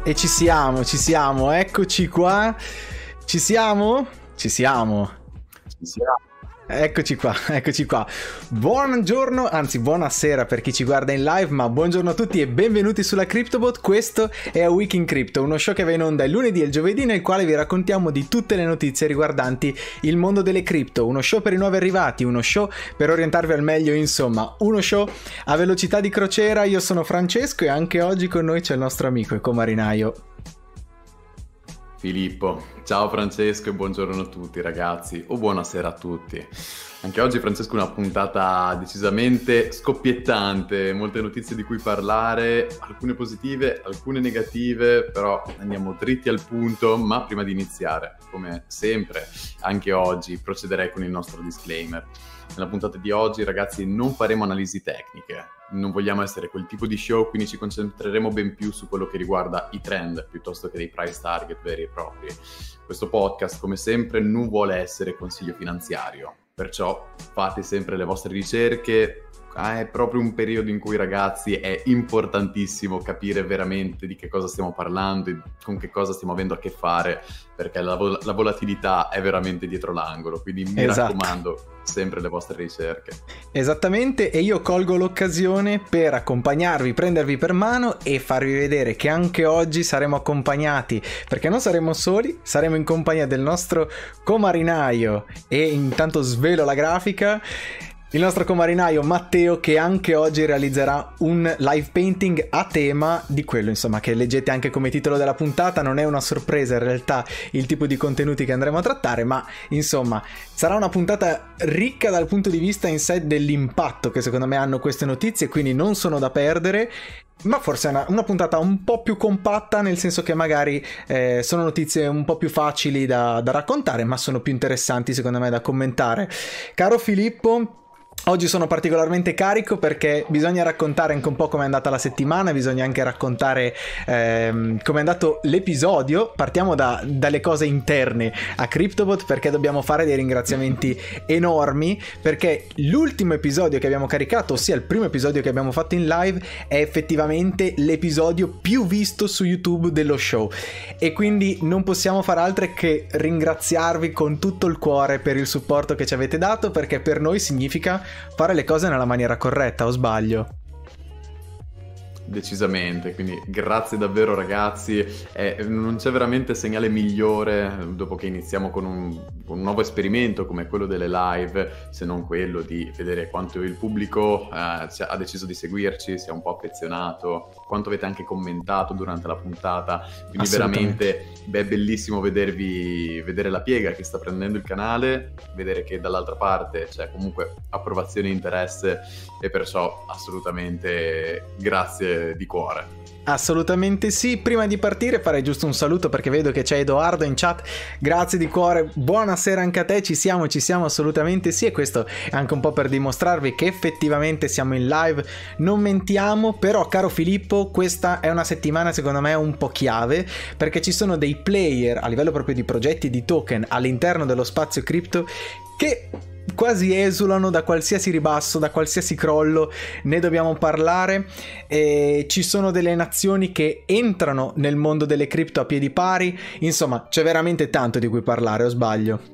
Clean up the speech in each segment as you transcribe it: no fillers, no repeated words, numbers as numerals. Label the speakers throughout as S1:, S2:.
S1: E ci siamo, eccoci qua. Ci siamo? Ci siamo. Eccoci qua. Buongiorno, anzi buonasera per chi ci guarda in live, ma buongiorno a tutti e benvenuti sulla CryptoBot. Questo è A Week in Crypto, uno show che va in onda il lunedì e il giovedì, nel quale vi raccontiamo di tutte le notizie riguardanti il mondo delle cripto. Uno show per i nuovi arrivati, uno show per orientarvi al meglio, insomma, uno show a velocità di crociera. Io sono Francesco e anche oggi con noi c'è il nostro amico e comarinaio
S2: Filippo. Ciao Francesco e buongiorno a tutti ragazzi, o buonasera a tutti. Anche oggi Francesco una puntata decisamente scoppiettante, molte notizie di cui parlare, alcune positive, alcune negative, però andiamo dritti al punto. Ma prima di iniziare, come sempre, anche oggi procederei con il nostro disclaimer. Nella puntata di oggi, ragazzi, non faremo analisi tecniche, non vogliamo essere quel tipo di show, quindi ci concentreremo ben più su quello che riguarda i trend piuttosto che dei price target veri e propri. Questo podcast, come sempre, non vuole essere consiglio finanziario, perciò fate sempre le vostre ricerche. È proprio un periodo in cui, ragazzi, è importantissimo capire veramente di che cosa stiamo parlando e con che cosa stiamo avendo a che fare, perché la volatilità è veramente dietro l'angolo, quindi mi raccomando sempre le vostre ricerche. Esattamente,
S1: e io colgo l'occasione per accompagnarvi, prendervi per mano e farvi vedere che anche oggi saremo accompagnati, perché non saremo soli, saremo in compagnia del nostro comarinaio. E intanto svelo la grafica: il nostro comarinaio Matteo, che anche oggi realizzerà un live painting a tema di quello, insomma, che leggete anche come titolo della puntata. Non è una sorpresa in realtà il tipo di contenuti che andremo a trattare, ma insomma sarà una puntata ricca dal punto di vista in sé dell'impatto che secondo me hanno queste notizie, quindi non sono da perdere. Ma forse è una puntata un po' più compatta, nel senso che magari sono notizie un po' più facili da raccontare, ma sono più interessanti secondo me da commentare. Caro Filippo, oggi sono particolarmente carico perché bisogna raccontare anche un po' come è andata la settimana, bisogna anche raccontare come è andato l'episodio. Partiamo dalle cose interne a CryptoBot, perché dobbiamo fare dei ringraziamenti enormi, perché l'ultimo episodio che abbiamo caricato, ossia il primo episodio che abbiamo fatto in live, è effettivamente l'episodio più visto su YouTube dello show, e quindi non possiamo fare altro che ringraziarvi con tutto il cuore per il supporto che ci avete dato, perché per noi significa fare le cose nella maniera corretta, o sbaglio?
S2: Decisamente, quindi grazie davvero ragazzi. Non c'è veramente segnale migliore dopo che iniziamo con un nuovo esperimento come quello delle live, se non quello di vedere quanto il pubblico ha deciso di seguirci, si è un po' affezionato, quanto avete anche commentato durante la puntata, quindi veramente è bellissimo vedere la piega che sta prendendo il canale, vedere che dall'altra parte c'è comunque approvazione e interesse, e perciò assolutamente grazie di cuore.
S1: Assolutamente sì. Prima di partire farei giusto un saluto, perché vedo che c'è Edoardo in chat. Grazie di cuore, buonasera anche a te. Ci siamo assolutamente sì, e questo è anche un po' per dimostrarvi che effettivamente siamo in live, non mentiamo. Però caro Filippo, questa è una settimana secondo me un po' chiave, perché ci sono dei player a livello proprio di progetti di token all'interno dello spazio cripto che quasi esulano da qualsiasi ribasso, da qualsiasi crollo. Ne dobbiamo parlare. Ci sono delle nazioni che entrano nel mondo delle cripto a piedi pari. Insomma, c'è veramente tanto di cui parlare, o sbaglio?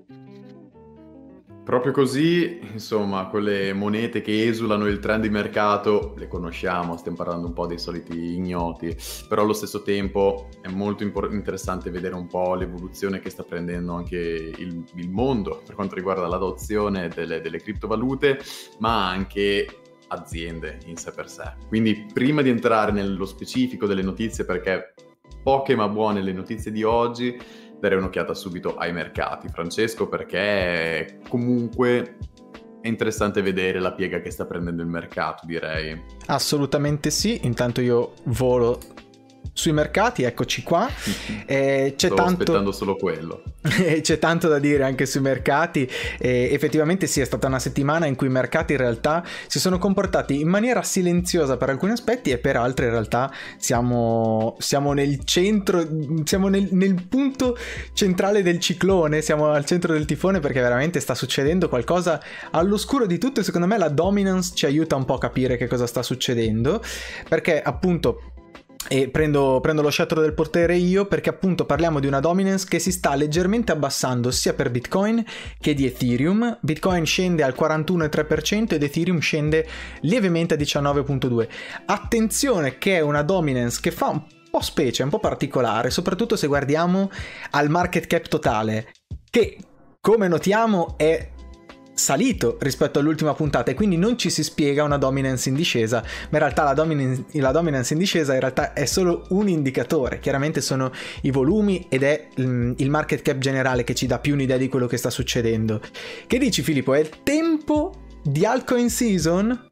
S2: Proprio così, insomma, quelle monete che esulano il trend di mercato le conosciamo, stiamo parlando un po' dei soliti ignoti, però allo stesso tempo è molto interessante vedere un po' l'evoluzione che sta prendendo anche il mondo per quanto riguarda l'adozione delle criptovalute, ma anche aziende in sé per sé. Quindi prima di entrare nello specifico delle notizie, perché poche ma buone le notizie di oggi, dare un'occhiata subito ai mercati, Francesco, perché comunque è interessante vedere la piega che sta prendendo il mercato, direi.
S1: Assolutamente sì. Intanto io volo sui mercati, eccoci qua.
S2: Stavo aspettando solo quello.
S1: C'è tanto da dire anche sui mercati. Effettivamente sì, è stata una settimana in cui i mercati in realtà si sono comportati in maniera silenziosa per alcuni aspetti, e per altri in realtà siamo nel centro, siamo nel punto centrale del ciclone, siamo al centro del tifone, perché veramente sta succedendo qualcosa all'oscuro di tutto, e secondo me la dominance ci aiuta un po' a capire che cosa sta succedendo, perché appunto e prendo lo scettro del portiere io, perché appunto parliamo di una dominance che si sta leggermente abbassando sia per Bitcoin che di Ethereum. Bitcoin scende al 41,3% ed Ethereum scende lievemente a 19,2%. Attenzione che è una dominance che fa un po' specie, un po' particolare, soprattutto se guardiamo al market cap totale, che come notiamo è salito rispetto all'ultima puntata, e quindi non ci si spiega una dominance in discesa, ma in realtà la dominance in discesa in realtà è solo un indicatore. Chiaramente sono i volumi ed è il market cap generale che ci dà più un'idea di quello che sta succedendo. Che dici, Filippo? È il tempo di altcoin season?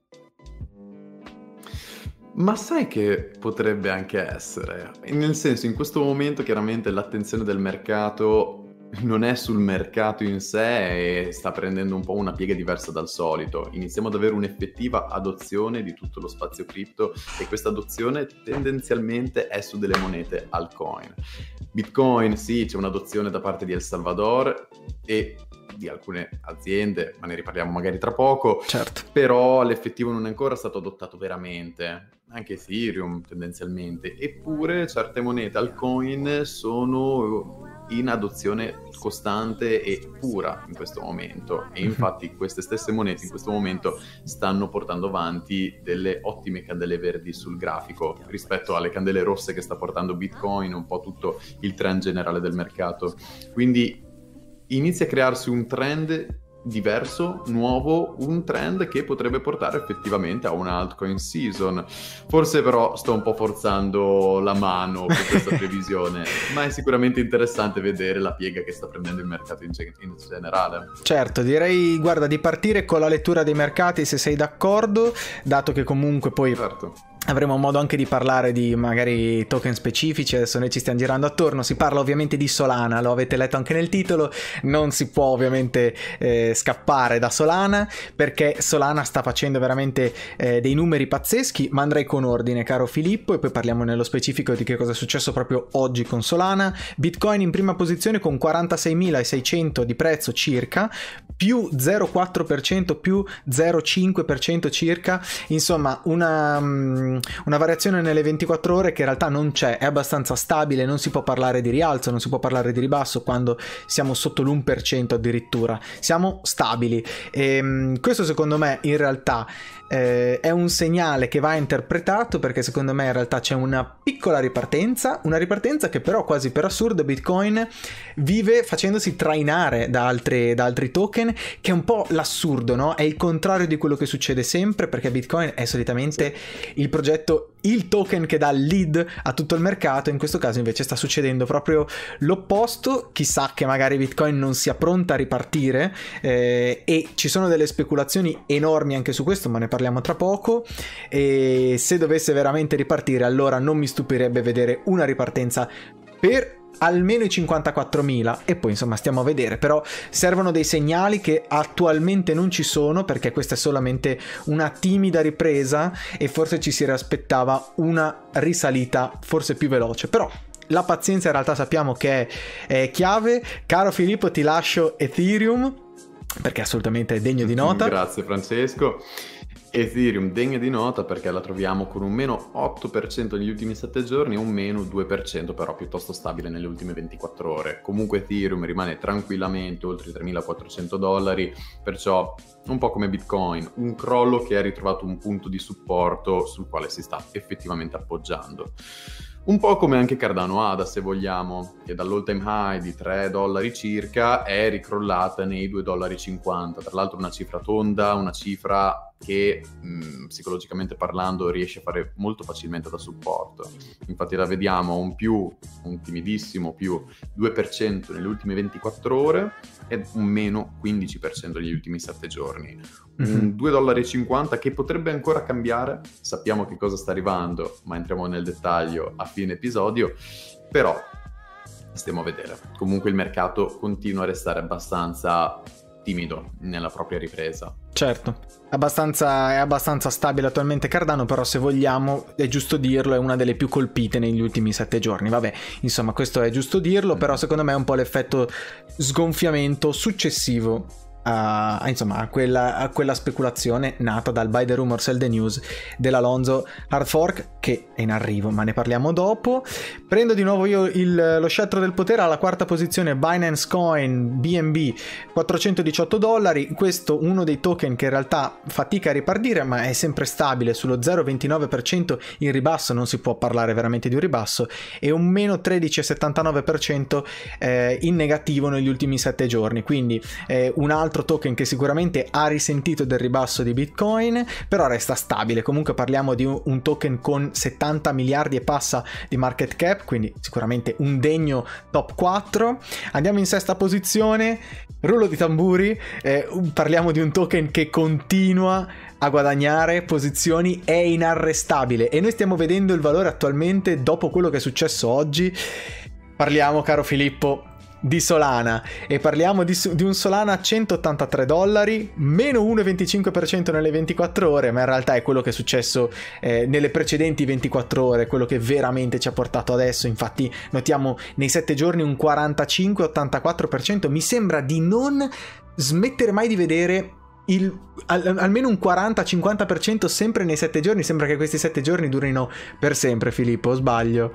S2: Ma sai che potrebbe anche essere? Nel senso, in questo momento chiaramente l'attenzione del mercato non è sul mercato in sé e sta prendendo un po' una piega diversa dal solito. Iniziamo ad avere un'effettiva adozione di tutto lo spazio cripto, e questa adozione tendenzialmente è su delle monete altcoin. Bitcoin, sì, c'è un'adozione da parte di El Salvador e di alcune aziende, ma ne riparliamo magari tra poco.
S1: Certo.
S2: Però l'effettivo non è ancora stato adottato veramente. Anche Ethereum tendenzialmente. Eppure certe monete altcoin sono in adozione costante e pura in questo momento, e infatti queste stesse monete in questo momento stanno portando avanti delle ottime candele verdi sul grafico rispetto alle candele rosse che sta portando Bitcoin, un po' tutto il trend generale del mercato. Quindi inizia a crearsi un trend diverso, nuovo, un trend che potrebbe portare effettivamente a una altcoin season. Forse però sto un po' forzando la mano con questa previsione, ma è sicuramente interessante vedere la piega che sta prendendo il mercato in generale.
S1: Certo, direi, guarda, di partire con la lettura dei mercati, se sei d'accordo, dato che comunque poi
S2: certo,
S1: avremo modo anche di parlare di magari token specifici. Adesso noi ci stiamo girando attorno. Si parla ovviamente di Solana, lo avete letto anche nel titolo. Non si può ovviamente scappare da Solana, perché Solana sta facendo veramente dei numeri pazzeschi, ma andrei con ordine, caro Filippo, e poi parliamo nello specifico di che cosa è successo proprio oggi con Solana. Bitcoin in prima posizione con 46.600 di prezzo circa, più 0,4%, più 0,5% circa, insomma una variazione nelle 24 ore che in realtà non c'è, è abbastanza stabile, non si può parlare di rialzo, non si può parlare di ribasso quando siamo sotto l'1% addirittura, siamo stabili. Questo secondo me in realtà è un segnale che va interpretato, perché secondo me in realtà c'è una piccola ripartenza che però quasi per assurdo Bitcoin vive facendosi trainare da altri token, che è un po' l'assurdo, no? È il contrario di quello che succede sempre, perché Bitcoin è solitamente il progetto, il token che dà il lead a tutto il mercato. In questo caso invece sta succedendo proprio l'opposto. Chissà che magari Bitcoin non sia pronta a ripartire, e ci sono delle speculazioni enormi anche su questo, ma ne parliamo tra poco. E se dovesse veramente ripartire, allora non mi stupirebbe vedere una ripartenza per almeno i 54.000, e poi insomma stiamo a vedere. Però servono dei segnali che attualmente non ci sono, perché questa è solamente una timida ripresa e forse ci si aspettava una risalita forse più veloce. Però la pazienza in realtà sappiamo che è chiave. Caro Filippo, ti lascio Ethereum, perché assolutamente è degno di nota.
S2: Grazie Francesco. Ethereum degna di nota perché la troviamo con un meno 8% negli ultimi 7 giorni e un meno 2% però piuttosto stabile nelle ultime 24 ore. Comunque Ethereum rimane tranquillamente oltre i $3.400, perciò un po' come Bitcoin, un crollo che ha ritrovato un punto di supporto sul quale si sta effettivamente appoggiando. Un po' come anche Cardano ADA, se vogliamo, che dall'all time high di $3 circa è ricrollata nei $2,50. Tra l'altro una cifra tonda, una cifra che psicologicamente parlando riesce a fare molto facilmente da supporto. Infatti la vediamo un timidissimo più 2% nelle ultime 24 ore e un meno 15% negli ultimi 7 giorni. Un $2,50 che potrebbe ancora cambiare, sappiamo che cosa sta arrivando, ma entriamo nel dettaglio a fine episodio, però stiamo a vedere. Comunque il mercato continua a restare abbastanza timido nella propria ripresa.
S1: Certo, è abbastanza stabile attualmente Cardano, però se vogliamo, è giusto dirlo, è una delle più colpite negli ultimi 7 giorni. Vabbè, insomma, questo è giusto dirlo, però secondo me è un po' l'effetto sgonfiamento successivo insomma, a quella speculazione nata dal buy the rumor sell the news dell'Alonso hard fork, che è in arrivo, ma ne parliamo dopo. Prendo di nuovo io lo scettro del potere. Alla quarta posizione Binance Coin BNB, $418. Questo uno dei token che in realtà fatica a ripartire, ma è sempre stabile sullo 0,29% in ribasso, non si può parlare veramente di un ribasso, e un meno 13,79% in negativo negli ultimi 7 giorni. Quindi un altro token che sicuramente ha risentito del ribasso di Bitcoin, però resta stabile. Comunque parliamo di un token con 70 miliardi e passa di market cap, quindi sicuramente un degno top 4. Andiamo in sesta posizione, rullo di tamburi, parliamo di un token che continua a guadagnare posizioni, è inarrestabile, e noi stiamo vedendo il valore attualmente dopo quello che è successo oggi. Parliamo, caro Filippo, di Solana, e parliamo di un Solana a $183, meno 1,25% nelle 24 ore, ma in realtà è quello che è successo nelle precedenti 24 ore, quello che veramente ci ha portato adesso. Infatti notiamo nei 7 giorni un 45-84%. Mi sembra di non smettere mai di vedere almeno un 40-50% sempre nei 7 giorni. Sembra che questi 7 giorni durino per sempre, Filippo, o sbaglio?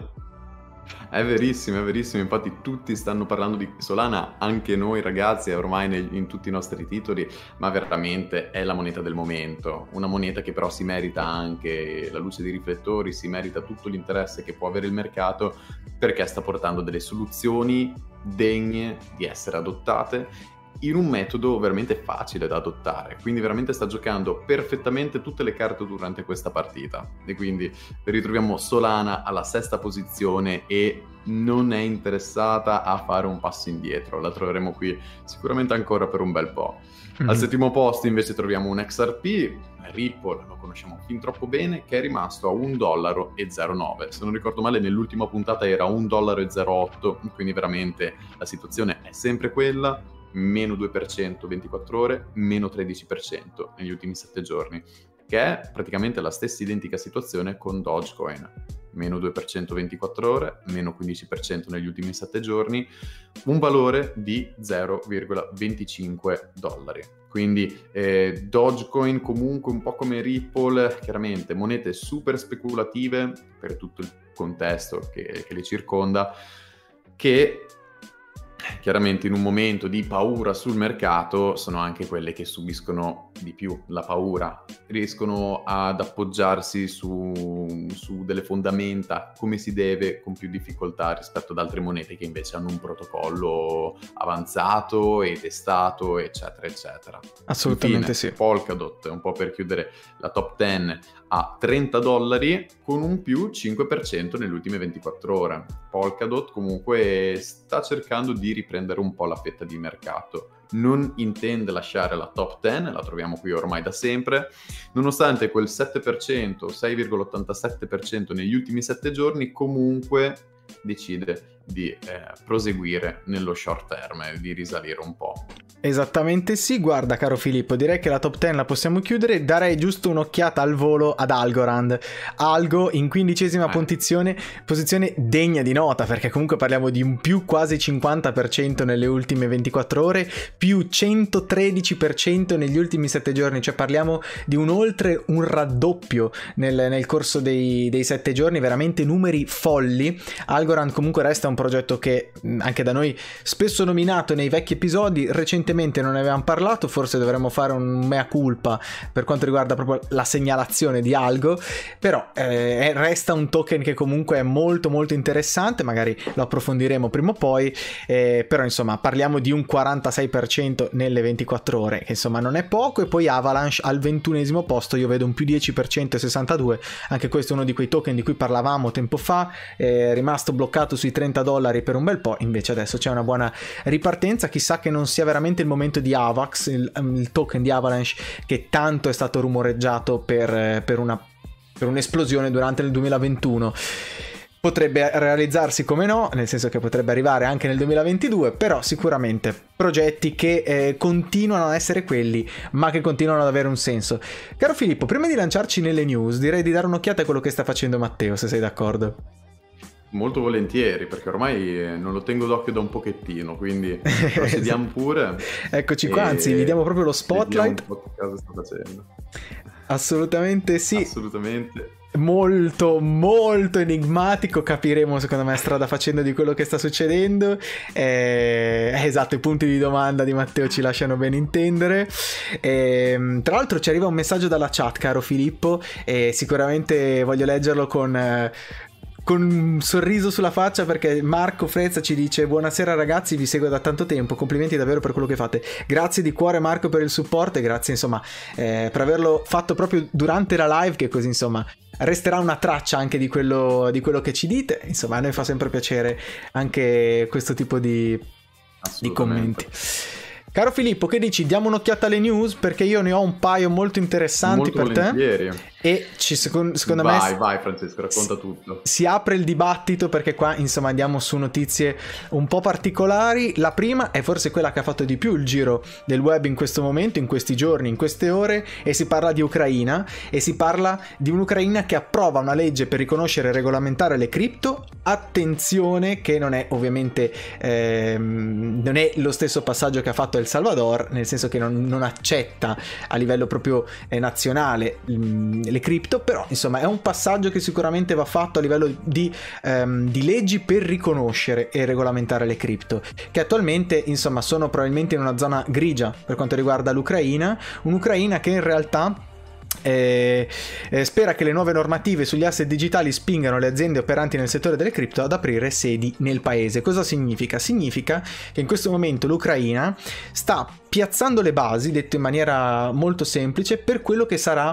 S2: È verissimo, infatti tutti stanno parlando di Solana, anche noi ragazzi, ormai in tutti i nostri titoli, ma veramente è la moneta del momento, una moneta che però si merita anche la luce dei riflettori, si merita tutto l'interesse che può avere il mercato, perché sta portando delle soluzioni degne di essere adottate in un metodo veramente facile da adottare, quindi veramente sta giocando perfettamente tutte le carte durante questa partita, e quindi ritroviamo Solana alla sesta posizione e non è interessata a fare un passo indietro, la troveremo qui sicuramente ancora per un bel po'. Al settimo posto invece troviamo un XRP, Ripple, lo conosciamo fin troppo bene, che è rimasto a $1,09. Se non ricordo male nell'ultima puntata era $1,08, quindi veramente la situazione è sempre quella, meno 2% 24 ore, meno 13% negli ultimi 7 giorni, che è praticamente la stessa identica situazione con Dogecoin, meno 2% 24 ore, meno 15% negli ultimi 7 giorni, un valore di $0,25. Quindi Dogecoin comunque un po' come Ripple, chiaramente monete super speculative per tutto il contesto che le circonda, che chiaramente in un momento di paura sul mercato sono anche quelle che subiscono di più la paura, riescono ad appoggiarsi su delle fondamenta come si deve con più difficoltà rispetto ad altre monete che invece hanno un protocollo avanzato e testato, eccetera eccetera.
S1: Assolutamente.
S2: Infine,
S1: sì.
S2: Polkadot, un po' per chiudere la top 10, a $30 con un più 5% nelle ultime 24 ore. Polkadot comunque sta cercando di riprendere un po' la fetta di mercato, non intende lasciare la top 10, la troviamo qui ormai da sempre, nonostante quel 7%, 6,87% negli ultimi 7 giorni, comunque decide di proseguire nello short term e di risalire un po'.
S1: Esattamente sì, guarda caro Filippo, direi che la top 10 la possiamo chiudere. Darei giusto un'occhiata al volo ad Algorand. Algo in 15ª posizione degna di nota, perché comunque parliamo di un più quasi 50% nelle ultime 24 ore, più 113% negli ultimi 7 giorni, cioè parliamo di oltre un raddoppio nel corso dei 7 giorni, veramente numeri folli. Algorand comunque resta un progetto che anche da noi spesso nominato nei vecchi episodi, recentemente non ne avevamo parlato, forse dovremmo fare un mea culpa per quanto riguarda proprio la segnalazione di Algo, però resta un token che comunque è molto molto interessante, magari lo approfondiremo prima o poi, però insomma parliamo di un 46% nelle 24 ore, che insomma non è poco. E poi Avalanche al 21esimo posto, io vedo un più 10% e 62, anche questo è uno di quei token di cui parlavamo tempo fa, è rimasto bloccato sui $30 per un bel po', invece adesso c'è una buona ripartenza. Chissà che non sia veramente il momento di Avax, il token di Avalanche che tanto è stato rumoreggiato per un'esplosione durante il 2021. Potrebbe realizzarsi, come no, nel senso che potrebbe arrivare anche nel 2022, però sicuramente progetti che continuano ad essere quelli, ma che continuano ad avere un senso. Caro Filippo, prima di lanciarci nelle news, direi di dare un'occhiata a quello che sta facendo Matteo, se sei d'accordo.
S2: Molto volentieri, perché ormai non lo tengo d'occhio da un pochettino, quindi procediamo pure.
S1: Eccoci qua, anzi, gli diamo proprio lo spotlight.
S2: Vediamo un po' che cosa sta facendo.
S1: Assolutamente sì.
S2: Assolutamente.
S1: Molto molto enigmatico, capiremo secondo me strada facendo di quello che sta succedendo. Esatto, i punti di domanda di Matteo ci lasciano ben intendere. Tra l'altro ci arriva un messaggio dalla chat, caro Filippo, e sicuramente voglio leggerlo con un sorriso sulla faccia, perché Marco Frezza ci dice: buonasera ragazzi, vi seguo da tanto tempo, complimenti davvero per quello che fate. Grazie di cuore Marco per il supporto, e grazie insomma per averlo fatto proprio durante la live, che così insomma resterà una traccia anche di quello che ci dite. Insomma, a noi fa sempre piacere anche questo tipo di commenti. Caro Filippo, che dici? Diamo un'occhiata alle news, perché io ne ho un paio molto interessanti
S2: molto
S1: per
S2: volentieri.
S1: te. E secondo
S2: me
S1: vai
S2: Francesco, racconta tutto.
S1: Si apre il dibattito, perché qua insomma andiamo su notizie un po' particolari. La prima è forse quella che ha fatto di più il giro del web in questo momento, in questi giorni, in queste ore, e si parla di Ucraina, e si parla di un'Ucraina che approva una legge per riconoscere e regolamentare le cripto. Attenzione che non è ovviamente non è lo stesso passaggio che ha fatto El Salvador, nel senso che non accetta a livello proprio nazionale le cripto, però insomma è un passaggio che sicuramente va fatto a livello di leggi per riconoscere e regolamentare le cripto, che attualmente insomma sono probabilmente in una zona grigia per quanto riguarda l'Ucraina, un'Ucraina che in realtà spera che le nuove normative sugli asset digitali spingano le aziende operanti nel settore delle cripto ad aprire sedi nel paese. Cosa significa? Significa che in questo momento l'Ucraina sta piazzando le basi, detto in maniera molto semplice, per quello che sarà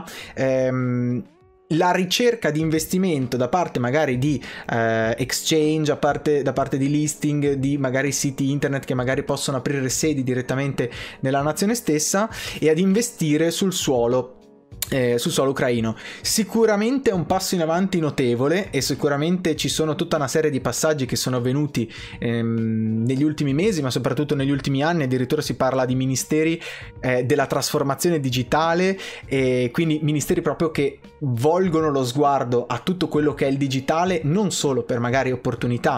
S1: la ricerca di investimento da parte magari di exchange, da parte di listing, di magari siti internet che magari possono aprire sedi direttamente nella nazione stessa, e ad investire sul suolo ucraino. Sicuramente è un passo in avanti notevole, e sicuramente ci sono tutta una serie di passaggi che sono avvenuti negli ultimi mesi, ma soprattutto negli ultimi anni. Addirittura si parla di ministeri della trasformazione digitale, e quindi ministeri proprio che volgono lo sguardo a tutto quello che è il digitale, non solo per magari opportunità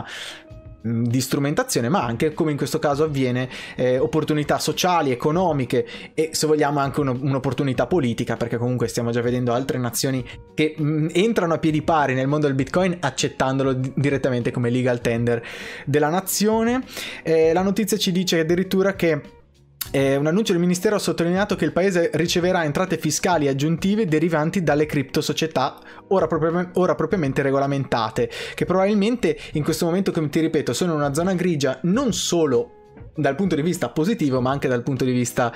S1: di strumentazione, ma anche, come in questo caso avviene, opportunità sociali, economiche, e se vogliamo anche un'opportunità politica, perché comunque stiamo già vedendo altre nazioni che entrano a piedi pari nel mondo del Bitcoin, accettandolo direttamente come legal tender della nazione. La notizia ci dice addirittura che un annuncio del ministero ha sottolineato che il paese riceverà entrate fiscali aggiuntive derivanti dalle cripto società ora propriamente regolamentate, che probabilmente in questo momento, come ti ripeto, sono in una zona grigia non solo dal punto di vista positivo, ma anche dal punto di vista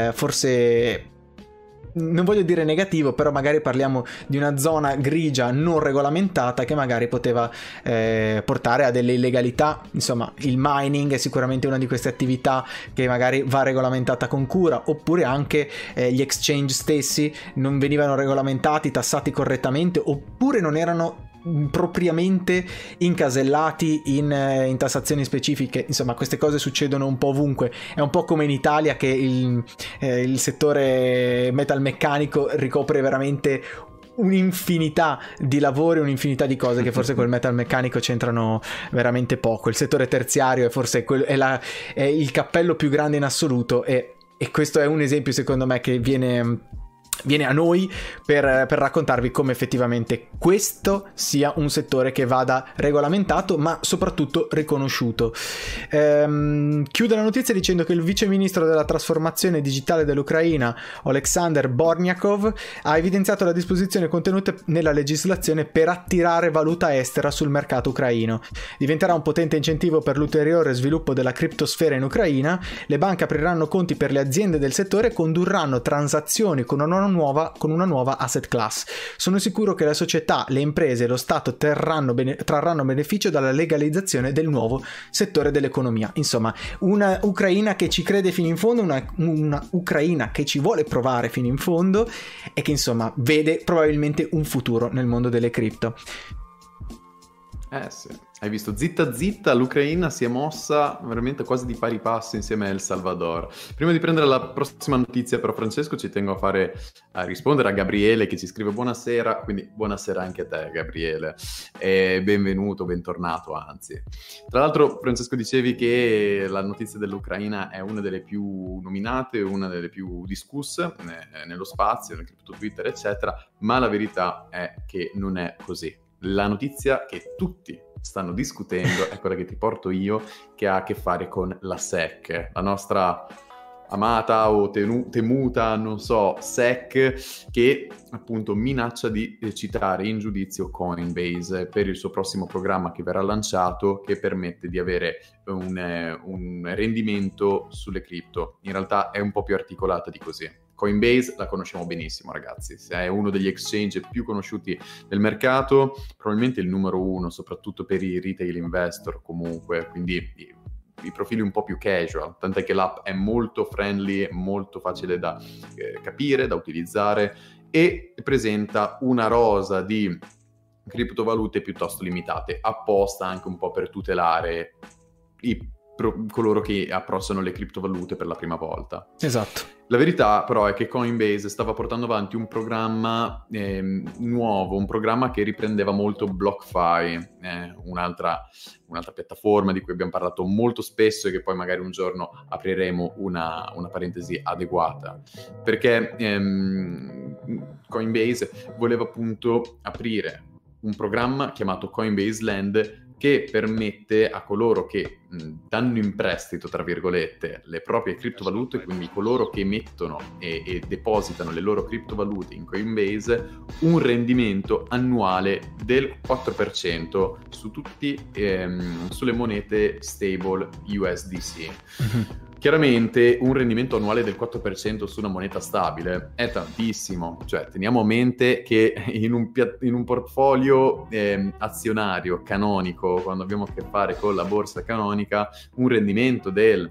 S1: forse, non voglio dire negativo, però magari parliamo di una zona grigia non regolamentata che magari poteva portare a delle illegalità. Insomma, il mining è sicuramente una di queste attività che magari va regolamentata con cura, oppure anche gli exchange stessi non venivano regolamentati, tassati correttamente, oppure non erano propriamente incasellati in tassazioni specifiche. Insomma, queste cose succedono un po' ovunque. È un po' come in Italia, che il settore metalmeccanico ricopre veramente un'infinità di lavori, un'infinità di cose che forse col metalmeccanico c'entrano veramente poco. Il settore terziario è forse è il cappello più grande in assoluto, e questo è un esempio secondo me che viene a noi per raccontarvi come effettivamente questo sia un settore che vada regolamentato, ma soprattutto riconosciuto. Chiudo la notizia dicendo che il vice ministro della trasformazione digitale dell'Ucraina, Oleksandr Bornyakov, ha evidenziato la disposizione contenuta nella legislazione per attirare valuta estera sul mercato ucraino. Diventerà un potente incentivo per l'ulteriore sviluppo della criptosfera in Ucraina. Le banche apriranno conti per le aziende del settore e condurranno transazioni con una nuova asset class. Sono sicuro che la società, le imprese e lo Stato trarranno beneficio dalla legalizzazione del nuovo settore dell'economia. Insomma, una Ucraina che ci crede fino in fondo, una Ucraina che ci vuole provare fino in fondo, e che insomma vede probabilmente un futuro nel mondo delle cripto.
S2: Eh sì, hai visto, zitta zitta, l'Ucraina si è mossa veramente quasi di pari passo insieme a El Salvador. Prima di prendere la prossima notizia però, Francesco, ci tengo a rispondere a Gabriele che ci scrive buonasera, quindi buonasera anche a te Gabriele, e benvenuto, bentornato anzi. Tra l'altro, Francesco, dicevi che la notizia dell'Ucraina è una delle più nominate, una delle più discusse nello spazio, nel cripto Twitter, eccetera, ma la verità è che non è così. La notizia che tutti stanno discutendo è quella che ti porto io, che ha a che fare con la SEC, la nostra amata o temuta, non so, SEC, che appunto minaccia di citare in giudizio Coinbase per il suo prossimo programma che verrà lanciato, che permette di avere un rendimento sulle cripto. In realtà è un po' più articolata di così. Coinbase la conosciamo benissimo, ragazzi, è uno degli exchange più conosciuti del mercato, probabilmente il numero uno, soprattutto per i retail investor comunque, quindi i profili un po' più casual, tant'è che l'app è molto friendly, molto facile da capire, da utilizzare, e presenta una rosa di criptovalute piuttosto limitate, apposta anche un po' per tutelare coloro che approcciano le criptovalute per la prima volta.
S1: Esatto.
S2: La verità però è che Coinbase stava portando avanti un programma nuovo, un programma che riprendeva molto BlockFi, un'altra piattaforma di cui abbiamo parlato molto spesso e che poi magari un giorno apriremo una parentesi adeguata, perché Coinbase voleva appunto aprire un programma chiamato Coinbase Lend, che permette a coloro che danno in prestito, tra virgolette, le proprie criptovalute, quindi coloro che mettono e depositano le loro criptovalute in Coinbase, un rendimento annuale del 4% su sulle monete stable USDC. Chiaramente un rendimento annuale del 4% su una moneta stabile è tantissimo, cioè teniamo a mente che in un portfolio azionario canonico, quando abbiamo a che fare con la borsa canonica, un rendimento del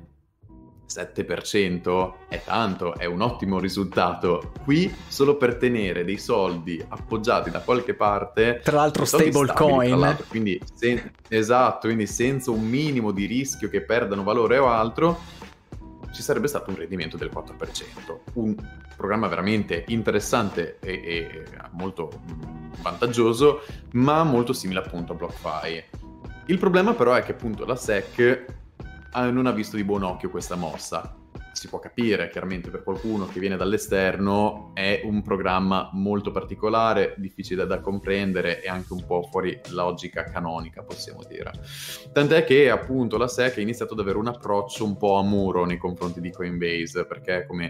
S2: 7% è tanto, è un ottimo risultato. Qui solo per tenere dei soldi appoggiati da qualche parte,
S1: tra l'altro stable coin,
S2: quindi esatto, quindi senza un minimo di rischio che perdano valore o altro, ci sarebbe stato un rendimento del 4%, un programma veramente interessante e molto vantaggioso, ma molto simile appunto a BlockFi. Il problema però è che appunto la SEC non ha visto di buon occhio questa mossa. Si può capire, chiaramente per qualcuno che viene dall'esterno è un programma molto particolare, difficile da comprendere e anche un po' fuori logica canonica, possiamo dire. Tant'è che appunto la SEC ha iniziato ad avere un approccio un po' a muro nei confronti di Coinbase, perché come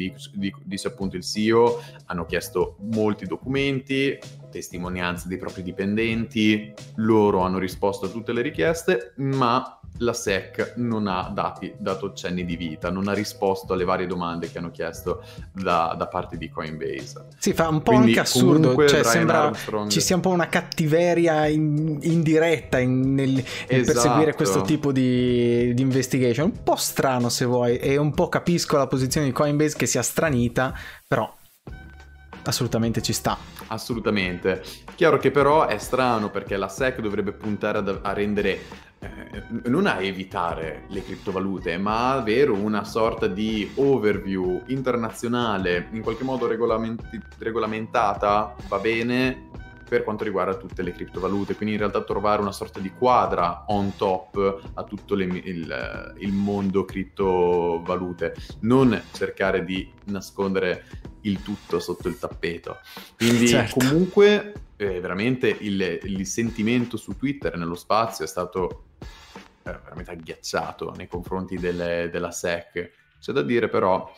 S2: dice appunto il CEO, hanno chiesto molti documenti, testimonianze dei propri dipendenti, loro hanno risposto a tutte le richieste, ma la SEC non ha dato cenni di vita, non ha risposto alle varie domande che hanno chiesto da parte di Coinbase.
S1: Si fa un po' quindi, anche assurdo, cioè sembra ci sia un po' una cattiveria indiretta nel perseguire questo tipo di investigation, un po' strano se vuoi, e un po' capisco la posizione di Coinbase che sia stranita, però assolutamente ci sta.
S2: Assolutamente. Chiaro che però è strano, perché la SEC dovrebbe puntare a rendere, non a evitare le criptovalute, ma avere una sorta di overview internazionale, in qualche modo regolamentata, va bene, per quanto riguarda tutte le criptovalute, quindi in realtà trovare una sorta di quadra on top a tutto il mondo criptovalute, non cercare di nascondere il tutto sotto il tappeto. Quindi certo. Comunque veramente il sentimento su Twitter nello spazio è stato veramente agghiacciato nei confronti della SEC. C'è da dire però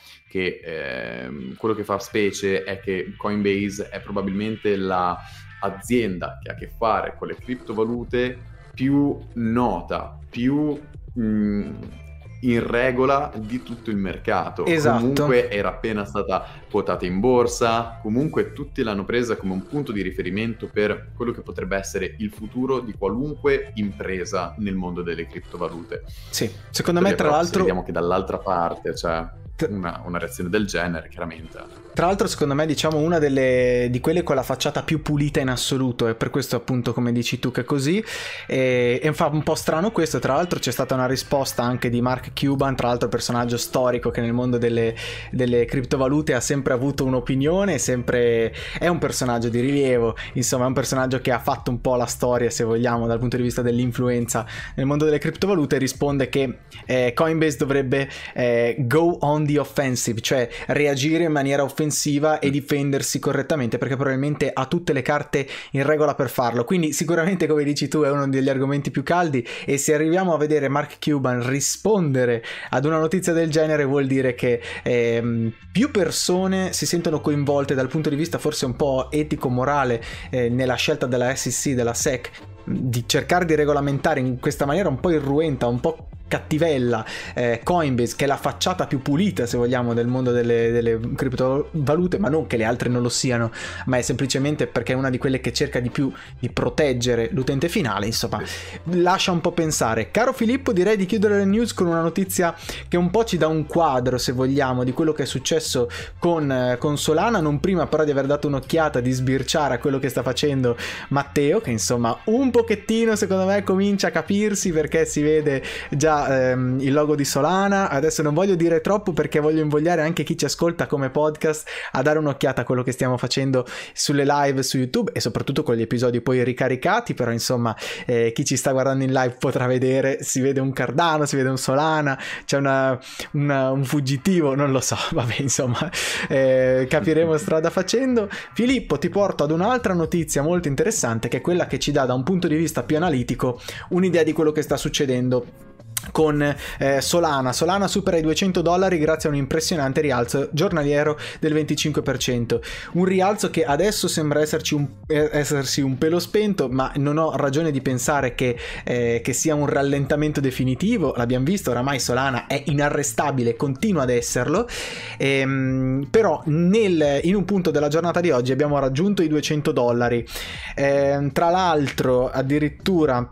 S2: che quello che fa specie è che Coinbase è probabilmente l'azienda che ha a che fare con le criptovalute più nota, più in regola di tutto il mercato.
S1: Esatto.
S2: Comunque era appena stata quotata in borsa, comunque tutti l'hanno presa come un punto di riferimento per quello che potrebbe essere il futuro di qualunque impresa nel mondo delle criptovalute.
S1: Sì, secondo me tra l'altro
S2: vediamo che dall'altra parte, cioè una reazione del genere, chiaramente.
S1: Tra l'altro, secondo me, diciamo, una di quelle con la facciata più pulita in assoluto, e per questo appunto, come dici tu, che è così, e fa un po' strano questo. Tra l'altro c'è stata una risposta anche di Mark Cuban, tra l'altro personaggio storico che nel mondo delle criptovalute ha sempre avuto un'opinione, è un personaggio di rilievo, insomma è un personaggio che ha fatto un po' la storia, se vogliamo, dal punto di vista dell'influenza nel mondo delle criptovalute. Risponde che Coinbase dovrebbe go on the offensive, cioè reagire in maniera offensiva e difendersi correttamente, perché probabilmente ha tutte le carte in regola per farlo. Quindi sicuramente, come dici tu, è uno degli argomenti più caldi, e se arriviamo a vedere Mark Cuban rispondere ad una notizia del genere vuol dire che più persone si sentono coinvolte dal punto di vista forse un po' etico-morale nella scelta della SEC, della SEC, di cercare di regolamentare in questa maniera un po' irruenta, un po' cattivella Coinbase, che è la facciata più pulita, se vogliamo, del mondo delle criptovalute, ma non che le altre non lo siano, ma è semplicemente perché è una di quelle che cerca di più di proteggere l'utente finale. Insomma, lascia un po' pensare. Caro Filippo, direi di chiudere le news con una notizia che un po' ci dà un quadro, se vogliamo, di quello che è successo con Solana, non prima però di aver dato un'occhiata, di sbirciare a quello che sta facendo Matteo, che insomma un pochettino secondo me comincia a capirsi, perché si vede già il logo di Solana. Adesso non voglio dire troppo, perché voglio invogliare anche chi ci ascolta come podcast a dare un'occhiata a quello che stiamo facendo sulle live su YouTube, e soprattutto con gli episodi poi ricaricati. Però insomma chi ci sta guardando in live potrà vedere, si vede un Cardano, si vede un Solana, c'è un fuggitivo, non lo so, vabbè, insomma capiremo strada facendo. Filippo, ti porto ad un'altra notizia molto interessante, che è quella che ci dà, da un punto di vista più analitico, un'idea di quello che sta succedendo con Solana. Solana supera i $200 grazie a un impressionante rialzo giornaliero del 25%, un rialzo che adesso sembra essersi un pelo spento, ma non ho ragione di pensare che sia un rallentamento definitivo. L'abbiamo visto, oramai Solana è inarrestabile, continua ad esserlo, però in un punto della giornata di oggi abbiamo raggiunto i $200, tra l'altro addirittura,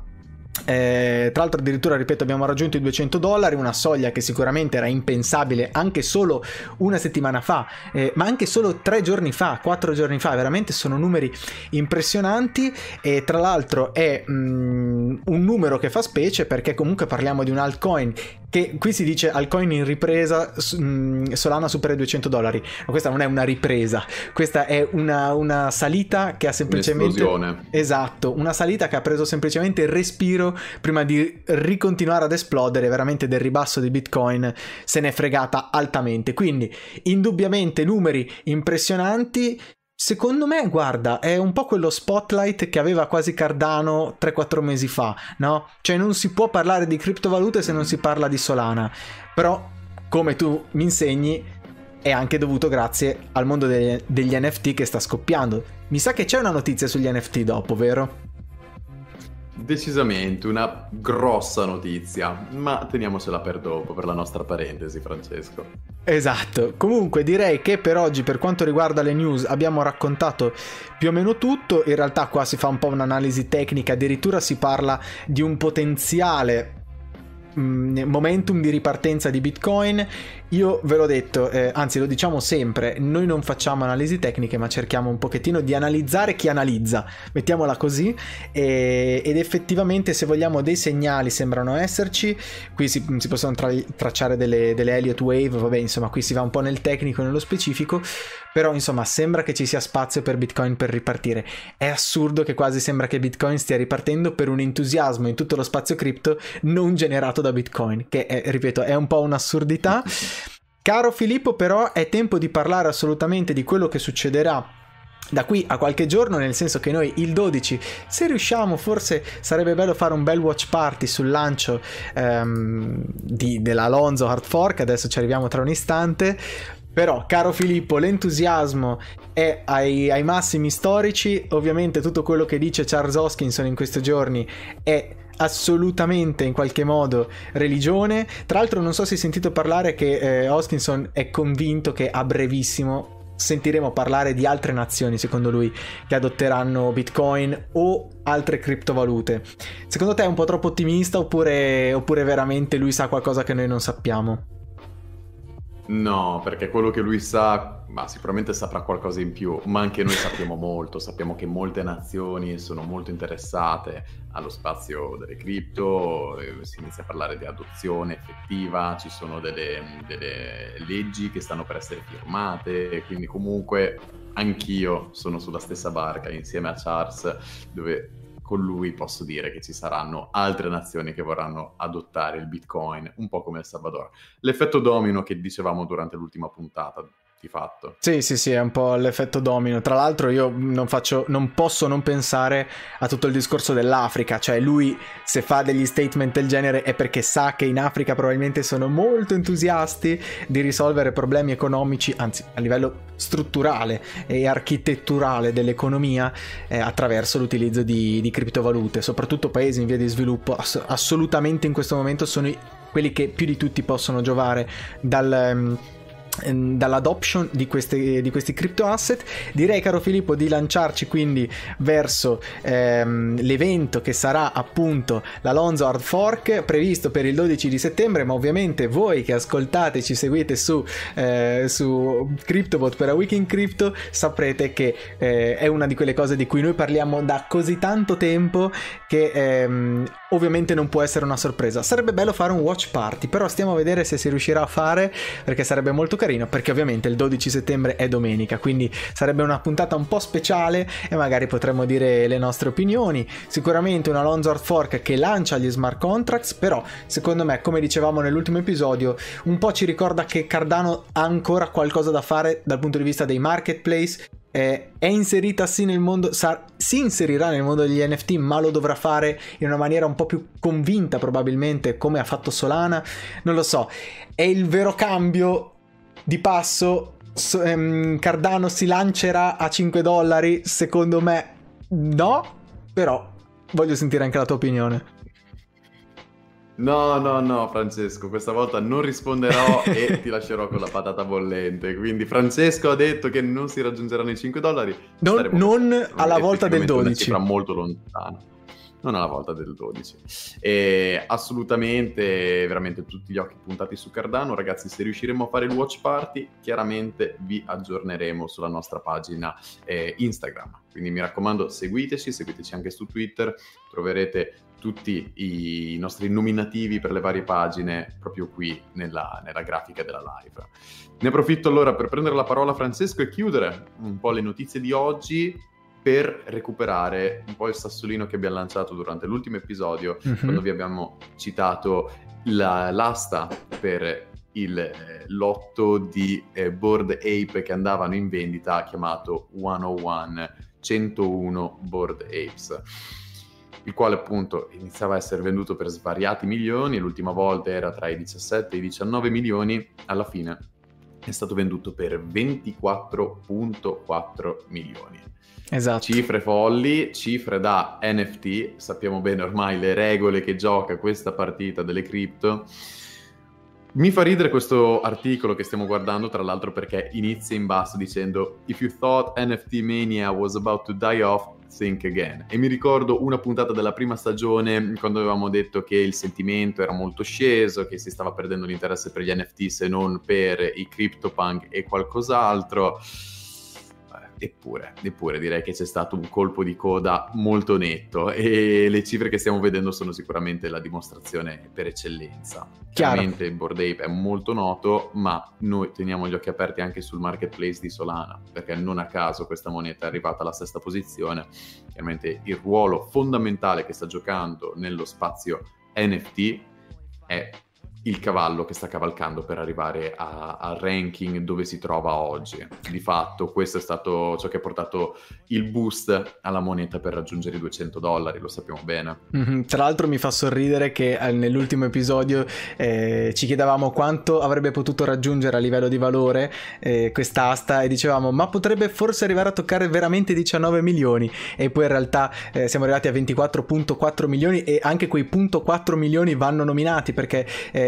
S1: ripeto, abbiamo raggiunto i $200, una soglia che sicuramente era impensabile anche solo una settimana fa, ma anche solo 3 giorni fa, 4 giorni fa. Veramente sono numeri impressionanti, e tra l'altro è un numero che fa specie, perché comunque parliamo di un altcoin che qui si dice altcoin in ripresa, Solana supera i $200, ma questa non è una ripresa, questa è una salita che ha semplicemente, esatto, una salita che ha preso semplicemente il respiro prima di ricontinuare ad esplodere. Veramente del ribasso di Bitcoin se n'è fregata altamente, quindi indubbiamente numeri impressionanti. Secondo me, guarda, è un po' quello spotlight che aveva quasi Cardano 3-4 mesi fa, no? Cioè non si può parlare di criptovalute se non si parla di Solana, però come tu mi insegni è anche dovuto grazie al mondo degli NFT che sta scoppiando. Mi sa che c'è una notizia sugli NFT dopo, vero?
S2: Decisamente una grossa notizia, ma teniamocela per dopo, per la nostra parentesi, Francesco.
S1: Esatto. Comunque direi che per oggi, per quanto riguarda le news, abbiamo raccontato più o meno tutto. In realtà qua si fa un po' un'analisi tecnica, addirittura si parla di un potenziale momentum di ripartenza di Bitcoin. Io ve l'ho detto, anzi lo diciamo sempre, noi non facciamo analisi tecniche, ma cerchiamo un pochettino di analizzare chi analizza, mettiamola così, ed effettivamente, se vogliamo, dei segnali sembrano esserci. Qui si possono tracciare delle Elliott Wave, vabbè, insomma qui si va un po' nel tecnico, nello specifico, però insomma sembra che ci sia spazio per Bitcoin per ripartire. È assurdo che quasi sembra che Bitcoin stia ripartendo per un entusiasmo in tutto lo spazio cripto non generato da Bitcoin, che è, ripeto, è un po' un'assurdità. Caro Filippo, però è tempo di parlare assolutamente di quello che succederà da qui a qualche giorno, nel senso che noi il 12, se riusciamo, forse sarebbe bello fare un bel watch party sul lancio della Lonzo Hard Fork. Adesso ci arriviamo tra un istante. Però, caro Filippo, l'entusiasmo è ai massimi storici. Ovviamente tutto quello che dice Charles Hoskinson in questi giorni è assolutamente in qualche modo religione. Tra l'altro non so se hai sentito parlare che Hoskinson è convinto che a brevissimo sentiremo parlare di altre nazioni, secondo lui, che adotteranno Bitcoin o altre criptovalute. Secondo te è un po' troppo ottimista, oppure veramente lui sa qualcosa che noi non sappiamo?
S2: No, perché quello che lui sa, ma sicuramente saprà qualcosa in più, ma anche noi sappiamo molto, sappiamo che molte nazioni sono molto interessate allo spazio delle cripto, si inizia a parlare di adozione effettiva, ci sono delle leggi che stanno per essere firmate, e quindi comunque anch'io sono sulla stessa barca insieme a Charles, dove con lui posso dire che ci saranno altre nazioni che vorranno adottare il Bitcoin, un po' come El Salvador. L'effetto domino che dicevamo durante l'ultima puntata, di fatto.
S1: Sì, è un po' l'effetto domino. Tra l'altro io non posso non pensare a tutto il discorso dell'Africa, cioè lui se fa degli statement del genere è perché sa che in Africa probabilmente sono molto entusiasti di risolvere problemi economici, anzi a livello strutturale e architetturale dell'economia attraverso l'utilizzo di criptovalute, soprattutto paesi in via di sviluppo assolutamente in questo momento sono quelli che più di tutti possono giovare dall'adoption di questi crypto asset. Direi, caro Filippo, di lanciarci quindi verso l'evento che sarà appunto la Lonzo Hard Fork, previsto per il 12 di settembre, ma ovviamente voi che ascoltate, ci seguite su CryptoBot per A Week in Crypto, saprete che è una di quelle cose di cui noi parliamo da così tanto tempo che ovviamente non può essere una sorpresa. Sarebbe bello fare un watch party, però stiamo a vedere se si riuscirà a fare, perché sarebbe molto carino, perché ovviamente il 12 settembre è domenica, quindi sarebbe una puntata un po' speciale e magari potremmo dire le nostre opinioni. Sicuramente una Lonzo Hard Fork che lancia gli smart contracts, però secondo me, come dicevamo nell'ultimo episodio, un po' ci ricorda che Cardano ha ancora qualcosa da fare dal punto di vista dei marketplace. È inserita sì nel mondo, si inserirà nel mondo degli NFT, ma lo dovrà fare in una maniera un po' più convinta probabilmente, come ha fatto Solana. Non lo so, è il vero cambio di passo. Cardano si lancerà a $5? Secondo me no, però voglio sentire anche la tua opinione.
S2: No, Francesco, questa volta non risponderò e ti lascerò con la patata bollente. Quindi Francesco ha detto che non si raggiungeranno i $5.
S1: Non alla volta del 12.
S2: Una cifra molto lontana. Non alla volta del 12. E assolutamente, veramente tutti gli occhi puntati su Cardano. Ragazzi, se riusciremo a fare il watch party, chiaramente vi aggiorneremo sulla nostra pagina Instagram. Quindi mi raccomando, seguiteci anche su Twitter, troverete tutti i nostri nominativi per le varie pagine proprio qui nella grafica della live. Ne approfitto allora per prendere la parola, Francesco, e chiudere un po' le notizie di oggi, per recuperare un po' il sassolino che abbiamo lanciato durante l'ultimo episodio, quando vi abbiamo citato l'asta per il lotto di Bored Ape che andavano in vendita, chiamato 101 Bored Apes, il quale appunto iniziava a essere venduto per svariati milioni. L'ultima volta era tra i 17 e i 19 milioni, alla fine è stato venduto per 24,4 milioni.
S1: Esatto.
S2: Cifre folli, cifre da NFT, sappiamo bene ormai le regole che gioca questa partita delle cripto. Mi fa ridere questo articolo che stiamo guardando, tra l'altro, perché inizia in basso dicendo "If you thought NFT mania was about to die off, think again". E mi ricordo una puntata della prima stagione quando avevamo detto che il sentimento era molto sceso, che si stava perdendo l'interesse per gli NFT se non per i CryptoPunk e qualcos'altro. Eppure direi che c'è stato un colpo di coda molto netto e le cifre che stiamo vedendo sono sicuramente la dimostrazione per eccellenza. Chiaramente il Bored Ape è molto noto, ma noi teniamo gli occhi aperti anche sul marketplace di Solana, perché non a caso questa moneta è arrivata alla 6ª posizione. Chiaramente il ruolo fondamentale che sta giocando nello spazio NFT è il cavallo che sta cavalcando per arrivare al ranking dove si trova oggi. Di fatto questo è stato ciò che ha portato il boost alla moneta per raggiungere i $200, lo sappiamo bene.
S1: Tra l'altro mi fa sorridere che nell'ultimo episodio ci chiedevamo quanto avrebbe potuto raggiungere a livello di valore quest'asta e dicevamo ma potrebbe forse arrivare a toccare veramente 19 milioni e poi in realtà siamo arrivati a 24,4 milioni e anche quei 0,4 milioni vanno nominati perché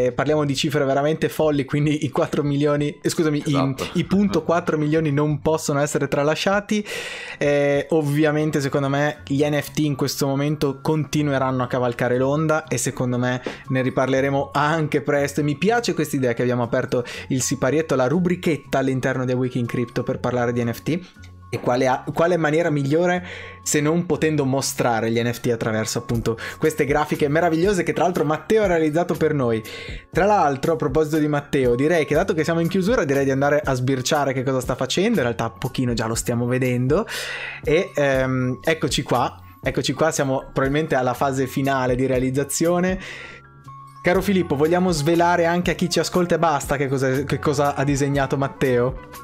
S1: parliamo di cifre veramente folli, quindi i 4 milioni, scusami,
S2: esatto.
S1: i punto 4 milioni non possono essere tralasciati. Ovviamente secondo me gli NFT in questo momento continueranno a cavalcare l'onda e secondo me ne riparleremo anche presto. E mi piace questa idea che abbiamo aperto il siparietto, la rubrichetta all'interno di Week in Crypto per parlare di NFT. E quale maniera migliore se non potendo mostrare gli NFT attraverso appunto queste grafiche meravigliose che tra l'altro Matteo ha realizzato per noi. Tra l'altro, a proposito di Matteo, direi che dato che siamo in chiusura direi di andare a sbirciare che cosa sta facendo. In realtà un pochino già lo stiamo vedendo e eccoci qua, siamo probabilmente alla fase finale di realizzazione. Caro Filippo, vogliamo svelare anche a chi ci ascolta e basta che cosa ha disegnato Matteo?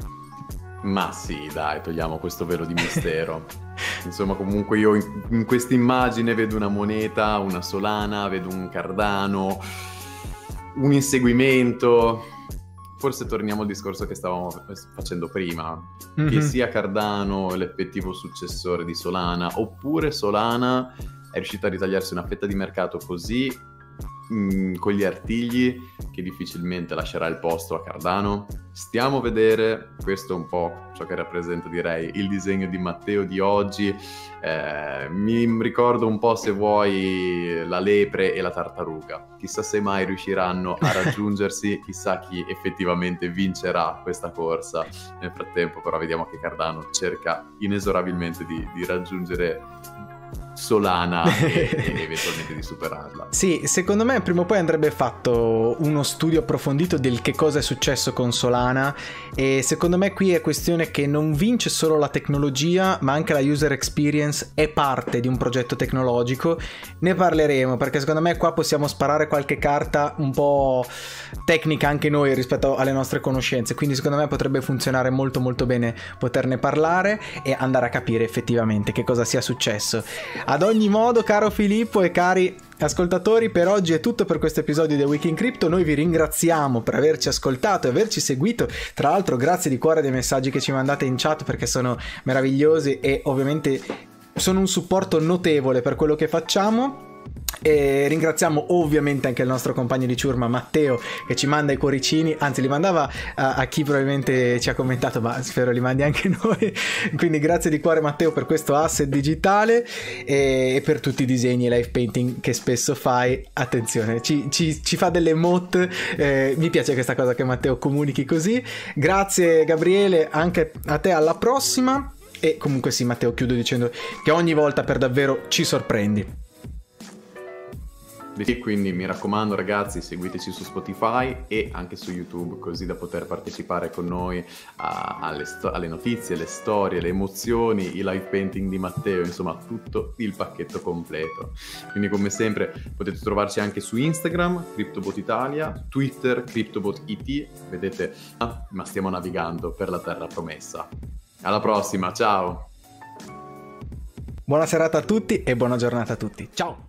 S2: Ma sì, dai, togliamo questo velo di mistero. Insomma, comunque io in questa immagine vedo una moneta, una Solana, vedo un Cardano, un inseguimento. Forse torniamo al discorso che stavamo facendo prima, che sia Cardano l'effettivo successore di Solana, oppure Solana è riuscita a ritagliarsi una fetta di mercato così con gli artigli che difficilmente lascerà il posto a Cardano. Stiamo a vedere, questo è un po' ciò che rappresenta, direi, il disegno di Matteo di oggi. Mi ricordo un po', se vuoi, la lepre e la tartaruga. Chissà se mai riusciranno a raggiungersi, chissà chi effettivamente vincerà questa corsa. Nel frattempo però vediamo che Cardano cerca inesorabilmente di raggiungere Solana e eventualmente di superarla.
S1: Sì, secondo me prima o poi andrebbe fatto uno studio approfondito del che cosa è successo con Solana, e secondo me qui è questione che non vince solo la tecnologia ma anche la user experience è parte di un progetto tecnologico. Ne parleremo perché secondo me qua possiamo sparare qualche carta un po' tecnica anche noi rispetto alle nostre conoscenze, quindi secondo me potrebbe funzionare molto molto bene poterne parlare e andare a capire effettivamente che cosa sia successo. Ad ogni modo, caro Filippo e cari ascoltatori, per oggi è tutto per questo episodio di The Week in Crypto. Noi vi ringraziamo per averci ascoltato e averci seguito. Tra l'altro grazie di cuore dei messaggi che ci mandate in chat perché sono meravigliosi e ovviamente sono un supporto notevole per quello che facciamo. E ringraziamo ovviamente anche il nostro compagno di ciurma Matteo che ci manda i cuoricini, anzi li mandava a chi probabilmente ci ha commentato, ma spero li mandi anche noi. Quindi grazie di cuore Matteo per questo asset digitale e per tutti i disegni e live painting che spesso fai. Attenzione, ci fa delle emote, mi piace questa cosa che Matteo comunichi così. Grazie Gabriele, anche a te, alla prossima. E comunque sì Matteo, chiudo dicendo che ogni volta per davvero ci sorprendi.
S2: Quindi mi raccomando ragazzi, seguiteci su Spotify e anche su YouTube, così da poter partecipare con noi alle notizie, le storie, le emozioni, i live painting di Matteo, insomma tutto il pacchetto completo. Quindi come sempre potete trovarci anche su Instagram, CryptoBot Italia, Twitter, CryptoBot IT, vedete, ma stiamo navigando per la terra promessa. Alla prossima, ciao!
S1: Buona serata a tutti e buona giornata a tutti, ciao!